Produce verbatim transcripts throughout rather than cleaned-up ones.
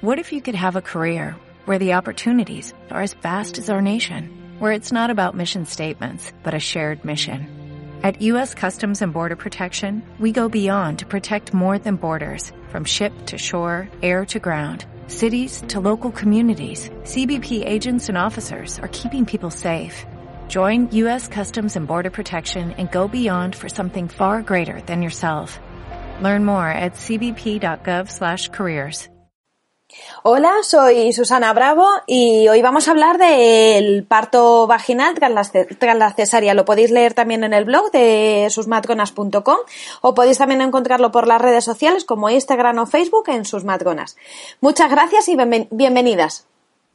What if you could have a career where the opportunities are as vast as our nation, where it's not about mission statements, but a shared mission? At U S Customs and Border Protection, we go beyond to protect more than borders, from ship to shore, air to ground, cities to local communities. C B P agents and officers are keeping people safe. Join U S Customs and Border Protection and go beyond for something far greater than yourself. Learn more at c b p dot gov slash careers. Hola, soy Susana Bravo y hoy vamos a hablar del parto vaginal tras la, tras la cesárea. Lo podéis leer también en el blog de susmatgonas punto com o podéis también encontrarlo por las redes sociales como Instagram o Facebook en Susmatgonas. Muchas gracias y bienven- bienvenidas.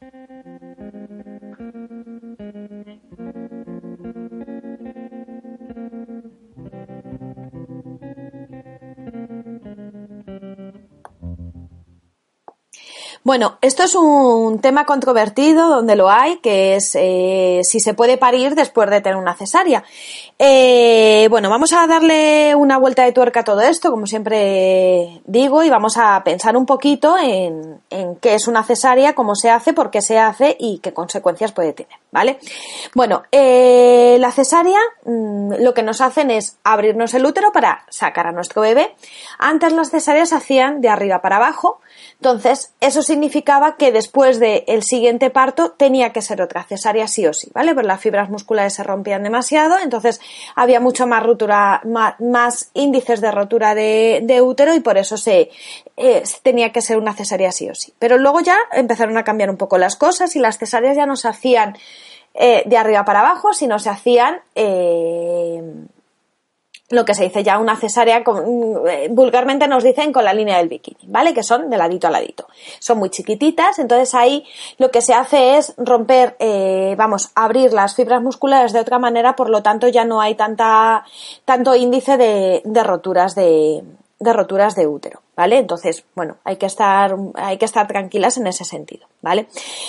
Bueno, esto es un tema controvertido donde lo hay, que es eh, si se puede parir después de tener una cesárea. Eh, bueno, vamos a darle una vuelta de tuerca a todo esto, como siempre digo, y vamos a pensar un poquito en, en qué es una cesárea, cómo se hace, por qué se hace y qué consecuencias puede tener, ¿vale? Bueno, eh, la cesárea mmm, lo que nos hacen es abrirnos el útero para sacar a nuestro bebé. Antes las cesáreas se hacían de arriba para abajo. Entonces, eso significaba que después del siguiente parto tenía que ser otra cesárea sí o sí, ¿vale? Pues las fibras musculares se rompían demasiado, entonces había mucho más ruptura, más, más índices de rotura de, de útero y por eso se eh, tenía que ser una cesárea sí o sí. Pero luego ya empezaron a cambiar un poco las cosas y las cesáreas ya no se hacían eh, de arriba para abajo, sino se hacían... Eh, lo que se dice ya una cesárea, con, eh, vulgarmente nos dicen con la línea del bikini, ¿vale? Que son de ladito a ladito. Son muy chiquititas, entonces ahí lo que se hace es romper, eh, vamos, abrir las fibras musculares de otra manera, por lo tanto ya no hay tanta, tanto índice de, de roturas de, de roturas de útero, ¿vale? Entonces, bueno, hay que estar, hay que estar tranquilas en ese sentido, ¿vale?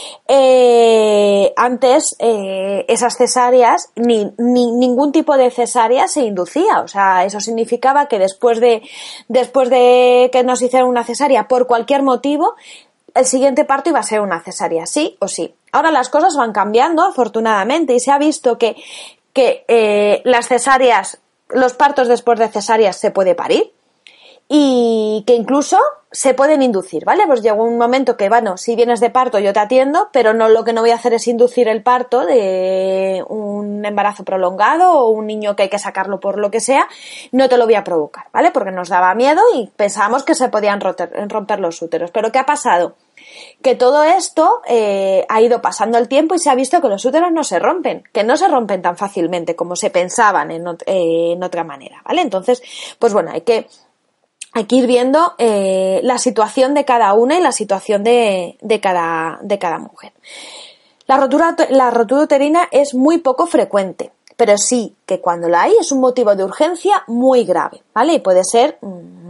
Eh, antes, eh, esas cesáreas, ni, ni, ningún tipo de cesárea se inducía, o sea, eso significaba que después de, después de que nos hicieran una cesárea por cualquier motivo, el siguiente parto iba a ser una cesárea, sí o sí. Ahora las cosas van cambiando, afortunadamente, y se ha visto que, que eh, las cesáreas, los partos después de cesáreas se puede parir, y que incluso se pueden inducir, ¿vale? Pues llegó un momento que, bueno, si vienes de parto yo te atiendo, pero no, lo que no voy a hacer es inducir el parto de un embarazo prolongado o un niño que hay que sacarlo por lo que sea, no te lo voy a provocar, ¿vale? Porque nos daba miedo y pensábamos que se podían romper los úteros. ¿Pero qué ha pasado? Que todo esto eh, ha ido pasando el tiempo y se ha visto que los úteros no se rompen, que no se rompen tan fácilmente como se pensaban en, ot- eh, en otra manera, ¿vale? Entonces, pues bueno, hay que Hay que ir viendo eh, la situación de cada una y la situación de, de, cada, de cada mujer. La rotura, la rotura uterina es muy poco frecuente, pero sí que cuando la hay es un motivo de urgencia muy grave, ¿vale? Y puede ser,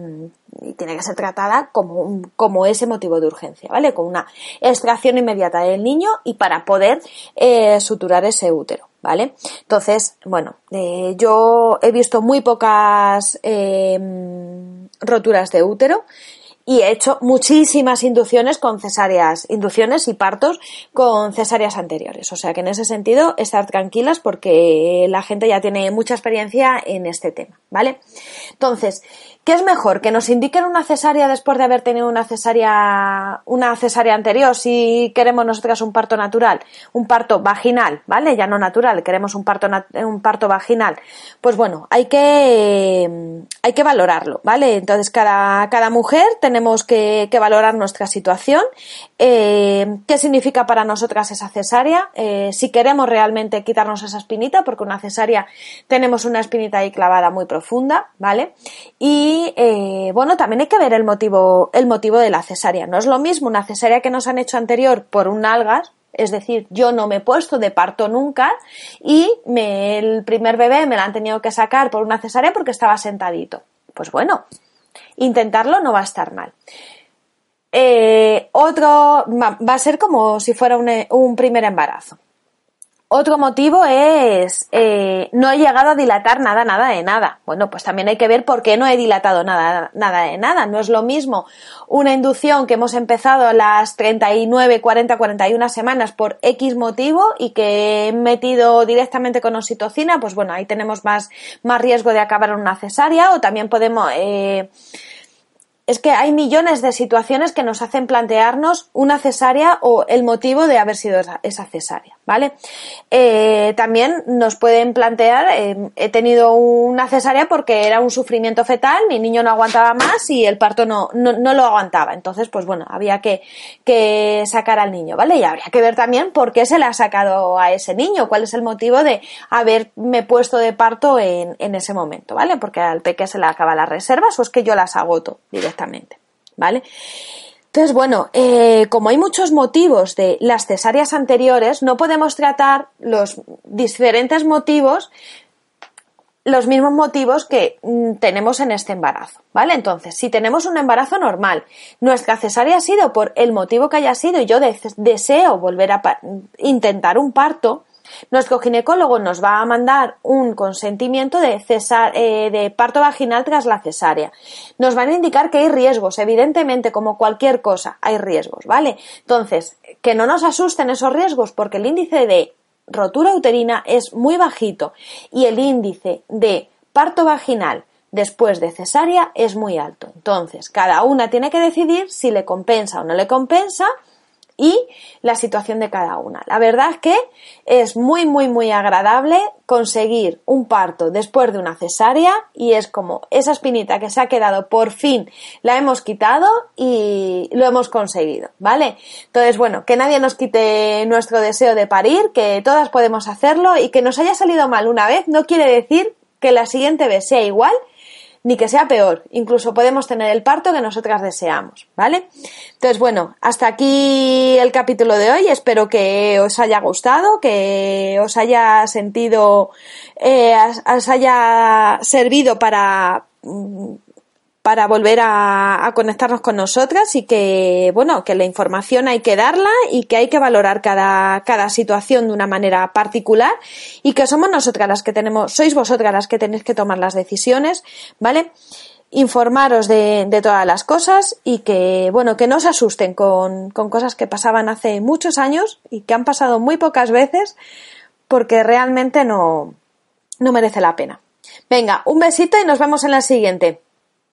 y tiene que ser tratada como, un, como ese motivo de urgencia, ¿vale? Con una extracción inmediata del niño y para poder eh, suturar ese útero, ¿vale? Entonces, bueno, eh, yo he visto muy pocas eh, roturas de útero y he hecho muchísimas inducciones con cesáreas, inducciones y partos con cesáreas anteriores. O sea que en ese sentido, estar tranquilas porque la gente ya tiene mucha experiencia en este tema, ¿vale? Entonces, ¿qué es mejor? ¿Que nos indiquen una cesárea después de haber tenido una cesárea, una cesárea anterior si queremos nosotras un parto natural? Un parto vaginal, ¿vale? Ya no natural, queremos un parto, un parto vaginal. Pues bueno, hay que, hay que valorarlo, ¿vale? Entonces, cada, cada mujer tenemos que, que valorar nuestra situación, eh, qué significa para nosotras esa cesárea, eh, si queremos realmente quitarnos esa espinita, porque una cesárea tenemos una espinita ahí clavada muy profunda, ¿vale? Y eh, bueno, también hay que ver el motivo, el motivo de la cesárea. No es lo mismo una cesárea que nos han hecho anterior por un nalgas, es decir, yo no me he puesto de parto nunca y me, el primer bebé me lo han tenido que sacar por una cesárea porque estaba sentadito. Pues bueno, intentarlo no va a estar mal. Eh, otro va a ser como si fuera un, un primer embarazo. Otro motivo es eh, no he llegado a dilatar nada, nada de nada. Bueno, pues también hay que ver por qué no he dilatado nada, nada de nada. No es lo mismo una inducción que hemos empezado a las treinta y nueve, cuarenta, cuarenta y una semanas por X motivo y que he metido directamente con oxitocina, pues bueno, ahí tenemos más, más riesgo de acabar en una cesárea, o también podemos... Eh, Es que hay millones de situaciones que nos hacen plantearnos una cesárea o el motivo de haber sido esa cesárea, ¿vale? Eh, también nos pueden plantear, eh, he tenido una cesárea porque era un sufrimiento fetal, mi niño no aguantaba más y el parto no, no, no lo aguantaba. Entonces, pues bueno, había que, que sacar al niño, ¿vale? Y habría que ver también por qué se le ha sacado a ese niño, cuál es el motivo de haberme puesto de parto en, en ese momento, ¿vale? Porque al peque se le acaba las reservas o es que yo las agoto directamente. ¿Vale? Entonces, bueno, eh, como hay muchos motivos de las cesáreas anteriores, no podemos tratar los diferentes motivos, los mismos motivos que mm, tenemos en este embarazo, ¿vale? Entonces, si tenemos un embarazo normal, nuestra cesárea ha sido por el motivo que haya sido y yo de- deseo volver a pa- intentar un parto, nuestro ginecólogo nos va a mandar un consentimiento de, cesar, eh, de parto vaginal tras la cesárea. Nos van a indicar que hay riesgos, evidentemente, como cualquier cosa, hay riesgos, ¿vale? Entonces, que no nos asusten esos riesgos, porque el índice de rotura uterina es muy bajito y el índice de parto vaginal después de cesárea es muy alto. Entonces, cada una tiene que decidir si le compensa o no le compensa y la situación de cada una. La verdad es que es muy, muy, muy agradable conseguir un parto después de una cesárea y es como esa espinita que se ha quedado, por fin la hemos quitado y lo hemos conseguido, ¿vale? Entonces, bueno, que nadie nos quite nuestro deseo de parir, que todas podemos hacerlo y que nos haya salido mal una vez no quiere decir que la siguiente vez sea igual ni que sea peor, incluso podemos tener el parto que nosotras deseamos, ¿vale? Entonces, bueno, hasta aquí el capítulo de hoy, espero que os haya gustado, que os haya sentido, eh, os haya servido para... para volver a, a conectarnos con nosotras y que, bueno, que la información hay que darla y que hay que valorar cada, cada situación de una manera particular y que somos nosotras las que tenemos, sois vosotras las que tenéis que tomar las decisiones, ¿vale? Informaros de, de todas las cosas y que, bueno, que no os asusten con, con cosas que pasaban hace muchos años y que han pasado muy pocas veces porque realmente no, no merece la pena. Venga, un besito y nos vemos en la siguiente.